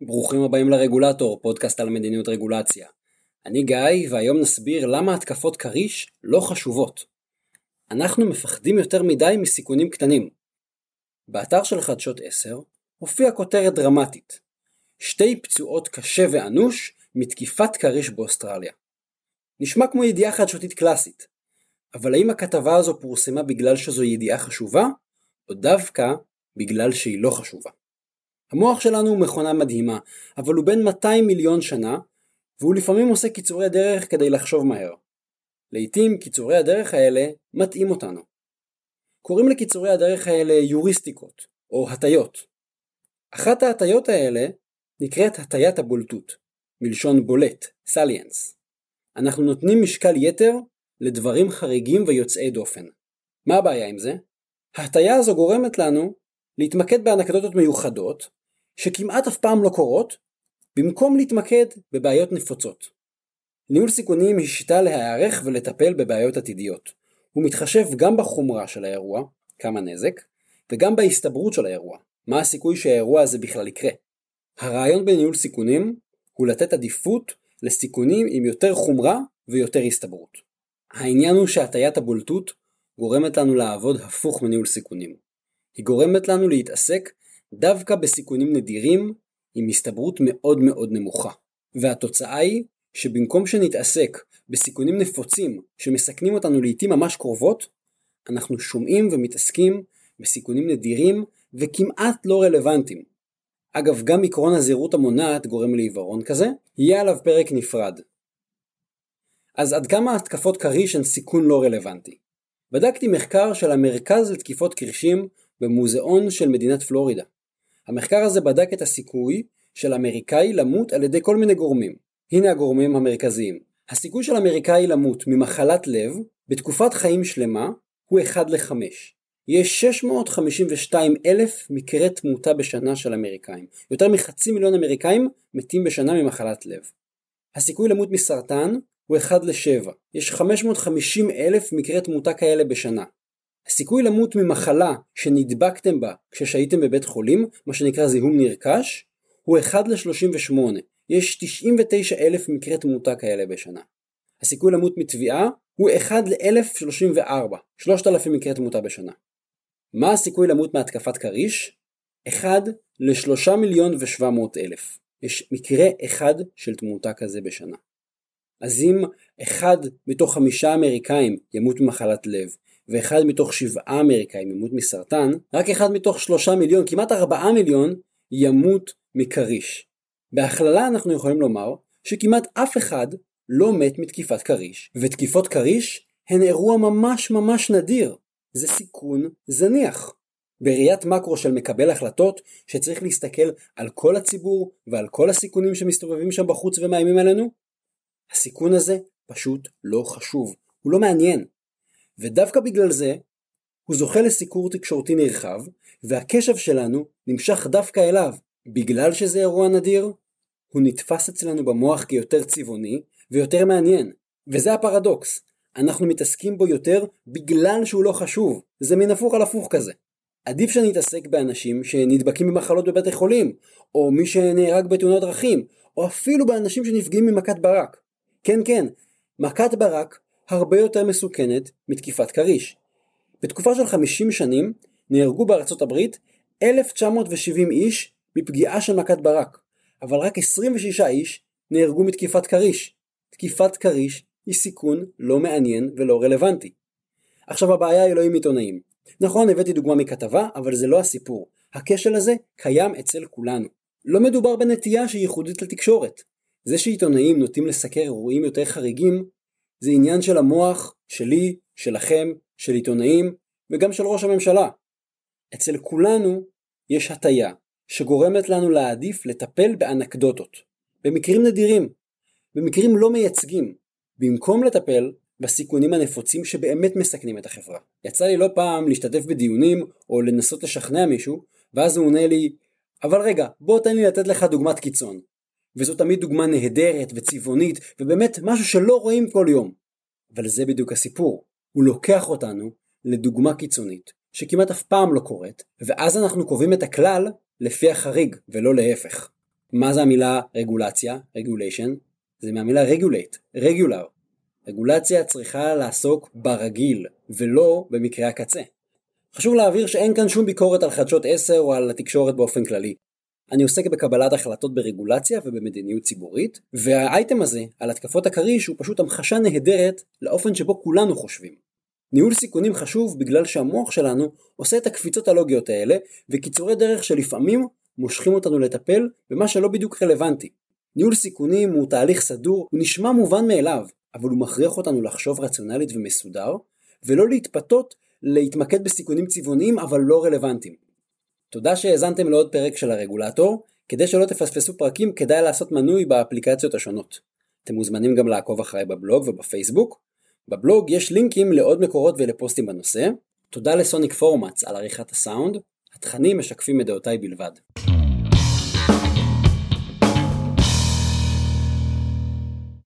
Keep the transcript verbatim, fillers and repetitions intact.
ברוכים הבאים לרגולטור, פודקאסט על מדיניות רגולציה. אני גיא, והיום נסביר למה התקפות כריש לא חשובות. אנחנו מפחדים יותר מדי מסיכונים קטנים. באתר של חדשות עשר הופיעה כותרת דרמטית. שתי פצועות קשה ואנוש מתקיפת כריש באוסטרליה. נשמע כמו ידיעה חדשותית קלאסית. אבל האם הכתבה הזו פורסמה בגלל שזו ידיעה חשובה, או דווקא בגלל שהיא לא חשובה? המוח שלנו הוא מכונה מדהימה, אבל הוא בין מאתיים מיליון שנה, והוא לפעמים עושה קיצורי דרך כדי לחשוב מהר. לעתים קיצורי הדרך האלה מתאים אותנו. קוראים לקיצורי הדרך האלה יוריסטיקות, או הטיות. אחת ההטיות האלה נקראת הטיית הבולטות, מלשון בולט, סליאנס. אנחנו נותנים משקל יתר לדברים חריגים ויוצאי דופן. מה הבעיה עם זה? ההטיה הזו גורמת לנו להתמקד באנקדוטות מיוחדות, שכמעט אף פעם לא קורות, במקום להתמקד בבעיות נפוצות. ניהול סיכונים היא שיטה להיערך ולטפל בבעיות עתידיות. הוא מתחשב גם בחומרה של האירוע, כמה נזק, וגם בהסתברות של האירוע, מה הסיכוי שהאירוע הזה בכלל יקרה. הרעיון בניהול סיכונים הוא לתת עדיפות לסיכונים עם יותר חומרה ויותר הסתברות. העניין הוא שהטיית הבולטות גורמת לנו לעבוד הפוך מניהול סיכונים. היא גורמת לנו להתעסק דווקא בסיכונים נדירים עם הסתברות מאוד מאוד נמוכה. והתוצאה היא שבמקום שנתעסק בסיכונים נפוצים שמסכנים אותנו לעתים ממש קרובות, אנחנו שומעים ומתעסקים בסיכונים נדירים וכמעט לא רלוונטיים. אגב, גם עקרון הזהירות המונעת גורם לעיוורון כזה, יהיה עליו פרק נפרד. אז עד כמה התקפות כריש הן סיכון לא רלוונטי? בדקתי מחקר של המרכז לתקיפות כרישים במוזיאון של מדינת פלורידה. המחקר הזה בדק את הסיכוי של אמריקאי למות על ידי כל מיני גורמים. הנה הגורמים המרכזיים. הסיכוי של אמריקאי למות ממחלת לב בתקופת חיים שלמה הוא אחד לחמש. יש שש מאות חמישים ושתיים אלף מקרי תמותה בשנה של אמריקאים. יותר מחצי מיליון אמריקאים מתים בשנה ממחלת לב. הסיכוי למות מסרטן הוא אחד לשבע. יש חמש מאות וחמישים אלף מקרי תמותה כאלה בשנה. הסיכוי למות ממחלה שנדבקתם בה כששהיתם בבית חולים, מה שנקרא זיהום נרכש, הוא אחד ל-שלושים ושמונה. יש תשעים ותשעה אלף מקרי תמותה כאלה בשנה. הסיכוי למות מתביעה הוא אחד ל-אלף שלושים וארבע, שלושת אלפים מקרי תמותה בשנה. מה הסיכוי למות מהתקפת כריש? אחד ל-שלושה מיליון ושבע מאות אלף. יש מקרה אחד של תמותה כזה בשנה. אז אם אחד מתוך חמישה אמריקאים ימות ממחלת לב, ואחד מתוך שבעה אמריקאים ימות מסרטן, רק אחד מתוך שלושה מיליון, כמעט ארבעה מיליון, ימות מכריש. בהכללה אנחנו יכולים לומר שכמעט אף אחד לא מת מתקיפת כריש, ותקיפות כריש הן אירוע ממש ממש נדיר. זה סיכון זניח. בראיית מקרו של מקבל החלטות שצריך להסתכל על כל הציבור ועל כל הסיכונים שמסתובבים שם בחוץ ומאיימים עלינו, הסיכון הזה פשוט לא חשוב, הוא לא מעניין. ודווקא בגלל זה הוא זוכה לסיקור תקשורתי נרחב, והקשב שלנו נמשך דווקא אליו. בגלל שזה אירוע נדיר, הוא נתפס אצלנו במוח כיותר צבעוני ויותר מעניין. וזה הפרדוקס. אנחנו מתעסקים בו יותר בגלל שהוא לא חשוב. זה מין הפוך על הפוך כזה. עדיף שנתעסק באנשים שנדבקים במחלות בבתי חולים, או מי שנהרג בתאונות דרכים, או אפילו באנשים שנפגעים ממכת ברק. כן, כן, מכת ברק הרבה יותר מסוכנת מתקיפת כריש. בתקופה של חמישים שנים נהרגו בארצות הברית אלף תשע מאות ושבעים איש מפגיעה של מכת ברק, אבל רק עשרים ושישה איש נהרגו מתקיפת כריש. תקיפת כריש היא סיכון לא מעניין ולא רלוונטי. עכשיו הבעיה היא לא עם עיתונאים. נכון, הבאתי דוגמה מכתבה, אבל זה לא הסיפור. הכשל הזה קיים אצל כולנו. לא מדובר בנטייה שהיא ייחודית לתקשורת. זה שעיתונאים נוטים לסקר אירועים יותר חריגים, זה עניין של המוח, שלי, שלכם, של עיתונאים, וגם של ראש הממשלה. אצל כולנו יש הטיה, שגורמת לנו להעדיף לטפל באנקדוטות, במקרים נדירים, במקרים לא מייצגים, במקום לטפל בסיכונים הנפוצים שבאמת מסכנים את החברה. יצא לי לא פעם להשתתף בדיונים, או לנסות לשכנע מישהו, ואז הוא עונה לי, אבל רגע, בוא תן לי לתת לך דוגמת קיצון. וזו תמיד דוגמה נהדרת וצבעונית, ובאמת משהו שלא רואים כל יום. אבל זה בדיוק הסיפור. הוא לוקח אותנו לדוגמה קיצונית, שכמעט אף פעם לא קורית, ואז אנחנו קובעים את הכלל לפי החריג, ולא להפך. מה זה המילה רגולציה? regulation. זה מהמילה regulate, regular. רגולציה צריכה לעסוק ברגיל, ולא במקרה הקצה. חשוב להעביר שאין כאן שום ביקורת על חדשות עשר או על התקשורת באופן כללי. אני עוסק בקבלת החלטות ברגולציה ובמדיניות ציבורית, והאייטם הזה על התקפות הקריש הוא פשוט המחשה נהדרת לאופן שבו כולנו חושבים. ניהול סיכונים חשוב בגלל שהמוח שלנו עושה את הקפיצות הלוגיות האלה, וקיצורי דרך שלפעמים מושכים אותנו לטפל במה שלא בדיוק רלוונטי. ניהול סיכונים הוא תהליך סדור, הוא נשמע מובן מאליו, אבל הוא מכריח אותנו לחשוב רציונלית ומסודר, ולא להתפתות להתמקד בסיכונים צבעוניים אבל לא רלוונטיים. תודה שהאזנתם לעוד פרק של הרגולטור. כדי שלא תפספסו פרקים כדאי לעשות מנוי באפליקציות השונות. אתם מוזמנים גם לעקוב אחריי בבלוג ובפייסבוק. בבלוג יש לינקים לעוד מקורות ולפוסטים בנושא. תודה לסוניק פורמאץ על עריכת הסאונד. התכנים משקפים את דעותיי בלבד.